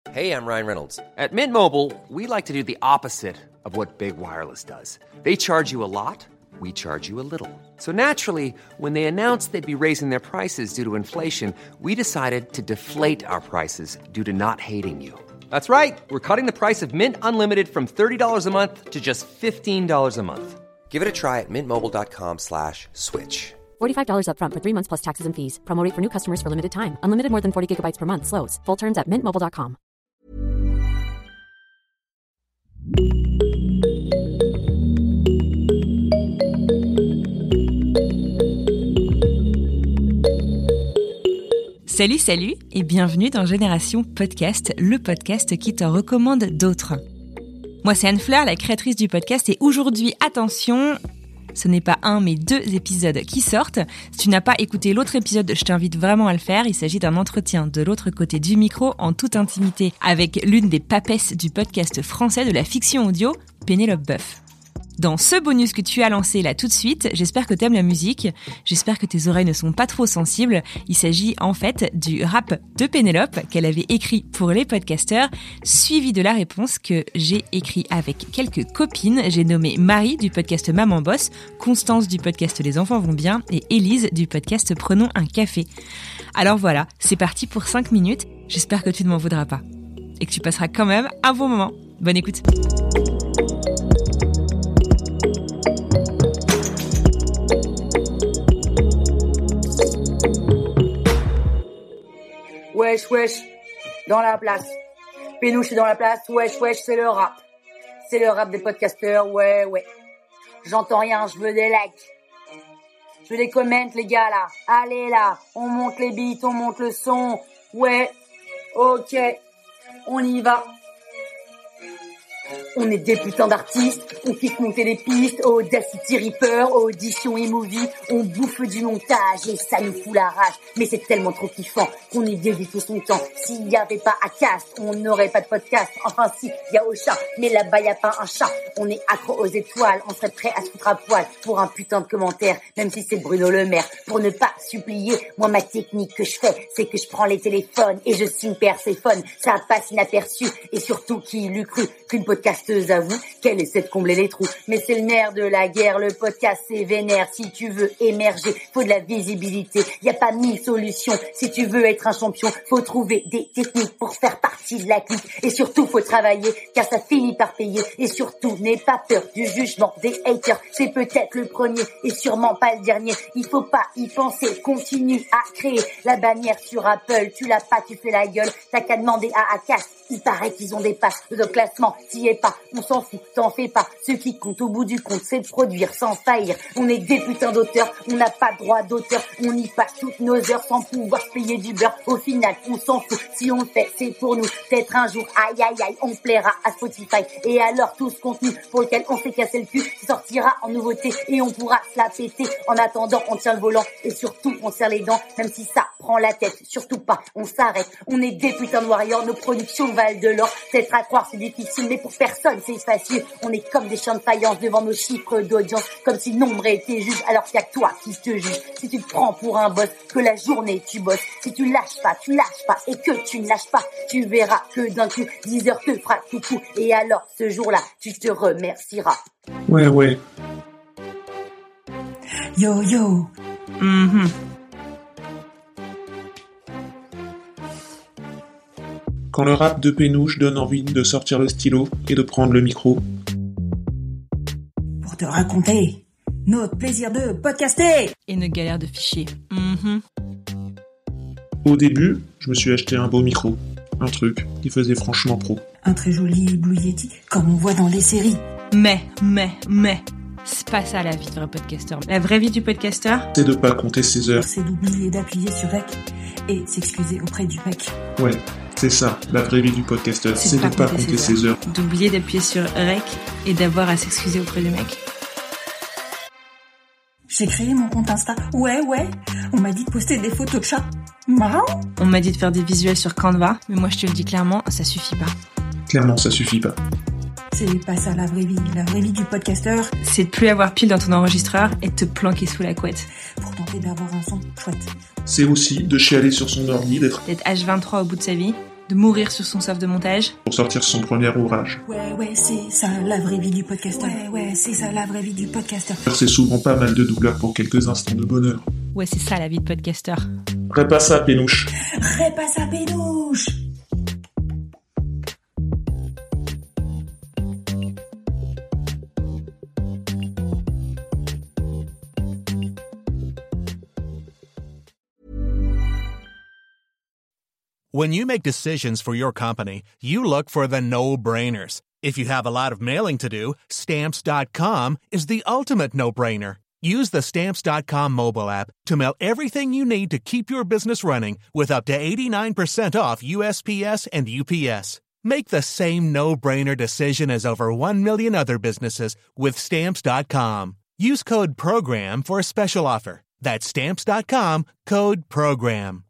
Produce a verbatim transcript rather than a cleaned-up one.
Hey, I'm Ryan Reynolds. At Mint Mobile, we like to do the opposite of what Big Wireless does. They charge you a lot, we charge you a little. So naturally, when they announced they'd be raising their prices due to inflation, we decided to deflate our prices due to not hating you. That's right. We're cutting the price of Mint Unlimited from thirty dollars a month to just fifteen dollars a month. Give it a try at mintmobile.com slash switch. forty-five dollars up front for three months plus taxes and fees. Promo rate for new customers for limited time. Unlimited more than forty gigabytes per month. Slows full terms at mint mobile dot com. Salut, salut et bienvenue dans Génération Podcast, le podcast qui te recommande d'autres. Moi, c'est Anne Fleur, la créatrice du podcast, et aujourd'hui, attention, ce n'est pas un mais deux épisodes qui sortent. Si tu n'as pas écouté l'autre épisode, je t'invite vraiment à le faire. Il s'agit d'un entretien de l'autre côté du micro, en toute intimité, avec l'une des papesses du podcast français de la fiction audio, Pénélope Boeuf. Dans ce bonus que tu as lancé là tout de suite, j'espère que t'aimes la musique, j'espère que tes oreilles ne sont pas trop sensibles. Il s'agit en fait du rap de Pénélope qu'elle avait écrit pour les podcasteurs, suivi de la réponse que j'ai écrit avec quelques copines. J'ai nommé Marie du podcast Maman Boss, Constance du podcast Les Enfants Vont Bien et Élise du podcast Prenons un café. Alors voilà, c'est parti pour cinq minutes, j'espère que tu ne m'en voudras pas et que tu passeras quand même un bon moment. Bonne écoute. Wesh, wesh, dans la place. Pénouche est dans la place, wesh, wesh, c'est le rap. C'est le rap des podcasteurs, ouais, ouais. J'entends rien, je veux des likes. Je veux des comments, les gars, là. Allez, là, on monte les beats, on monte le son. Ouais, ok, on y va. On est des putains d'artistes, on kiffe monter les pistes, Audacity Reaper, Audition et Movie, on bouffe du montage et ça nous fout la rage. Mais c'est tellement trop kiffant qu'on y dédie tout son temps. S'il y avait pas Acast, on n'aurait pas de podcast. Enfin si, il y a Ocha, mais là-bas y a pas un chat. On est accro aux étoiles, on serait prêt à se foutre à poil pour un putain de commentaire, même si c'est Bruno Le Maire. Pour ne pas supplier, moi ma technique que je fais, c'est que je prends les téléphones et je signe Perséphone. Ça passe inaperçu et surtout qui l'eût cru qu'une podcasteuse avoue qu'elle essaie de combler les trous. Mais c'est le nerf de la guerre, le podcast c'est vénère. Si tu veux émerger, faut de la visibilité. Y a pas mille solutions. Si tu veux être un champion, faut trouver des techniques pour faire partie de la clique. Et surtout, faut travailler, car ça finit par payer. Et surtout, n'aie pas peur du jugement des haters. C'est peut-être le premier et sûrement pas le dernier. Il faut pas y penser, continue à créer. La bannière sur Apple, tu l'as pas, tu fais la gueule. T'as qu'à demander à Acast. Il paraît qu'ils ont des passes de classement, t'y es pas, on s'en fout, t'en fais pas. Ce qui compte au bout du compte, c'est de produire sans faillir. On est des putains d'auteurs, on n'a pas droit d'auteur. On y passe toutes nos heures sans pouvoir se payer du beurre. Au final, on s'en fout, si on le fait, c'est pour nous. Peut-être un jour, aïe aïe aïe, on plaira à Spotify. Et alors tout ce contenu pour lequel on s'est cassé le cul sortira en nouveauté et on pourra se la péter. En attendant, on tient le volant et surtout, on serre les dents, même si ça prend la tête. Surtout pas, on s'arrête, on est des putains de warriors, nos productions de l'or, peut-être à croire c'est difficile, mais pour personne c'est facile. On est comme des champs de faïence devant nos chiffres d'audience, comme si le nombre était juge, alors qu'il y a que toi qui te juge. Si tu te prends pour un boss, que la journée tu bosses, si tu lâches pas, tu lâches pas, et que tu ne lâches pas, tu verras que d'un coup, dix heures te fera coucou, et alors ce jour-là, tu te remercieras. Ouais, ouais. Yo, yo. Mm-hmm. Quand le rap de Pénouche donne envie de sortir le stylo et de prendre le micro. Pour te raconter notre plaisir de podcaster et nos galères de fichiers. Mm-hmm. Au début, je me suis acheté un beau micro. Un truc qui faisait franchement pro. Un très joli Blue Yeti, comme on voit dans les séries. Mais, mais, mais... c'est pas ça la vie de vrai podcasteur. La vraie vie du podcasteur, c'est de pas compter ses heures. C'est d'oublier d'appuyer sur rec et s'excuser auprès du mec. Ouais, c'est ça, la vraie vie du podcasteur. C'est, c'est de pas compter ses, ses heures. heures. D'oublier d'appuyer sur rec et d'avoir à s'excuser auprès du mec. J'ai créé mon compte Insta. Ouais, ouais. On m'a dit de poster des photos de chats. Marrant. On m'a dit de faire des visuels sur Canva, mais moi je te le dis clairement, ça suffit pas. Clairement, ça suffit pas. C'est pas ça la vraie vie. La vraie vie du podcasteur, c'est de plus avoir pile dans ton enregistreur et de te planquer sous la couette. Pour tenter d'avoir un son chouette. C'est aussi de chialer sur son ordi, d'être... d'être H vingt-trois au bout de sa vie. de mourir sur son soft de montage. Pour sortir son premier ouvrage. Ouais, ouais, c'est ça la vraie vie du podcasteur. Ouais, ouais, c'est ça la vraie vie du podcasteur. C'est souvent pas mal de douleur pour quelques instants de bonheur. Ouais, c'est ça la vie de podcasteur. Répasse ça, pénouche. Répasse à pénouche. When you make decisions for your company, you look for the no-brainers. If you have a lot of mailing to do, Stamps dot com is the ultimate no-brainer. Use the Stamps dot com mobile app to mail everything you need to keep your business running with up to eighty-nine percent off U S P S and U P S. Make the same no-brainer decision as over one million other businesses with Stamps dot com. Use code PROGRAM for a special offer. That's Stamps dot com, code PROGRAM.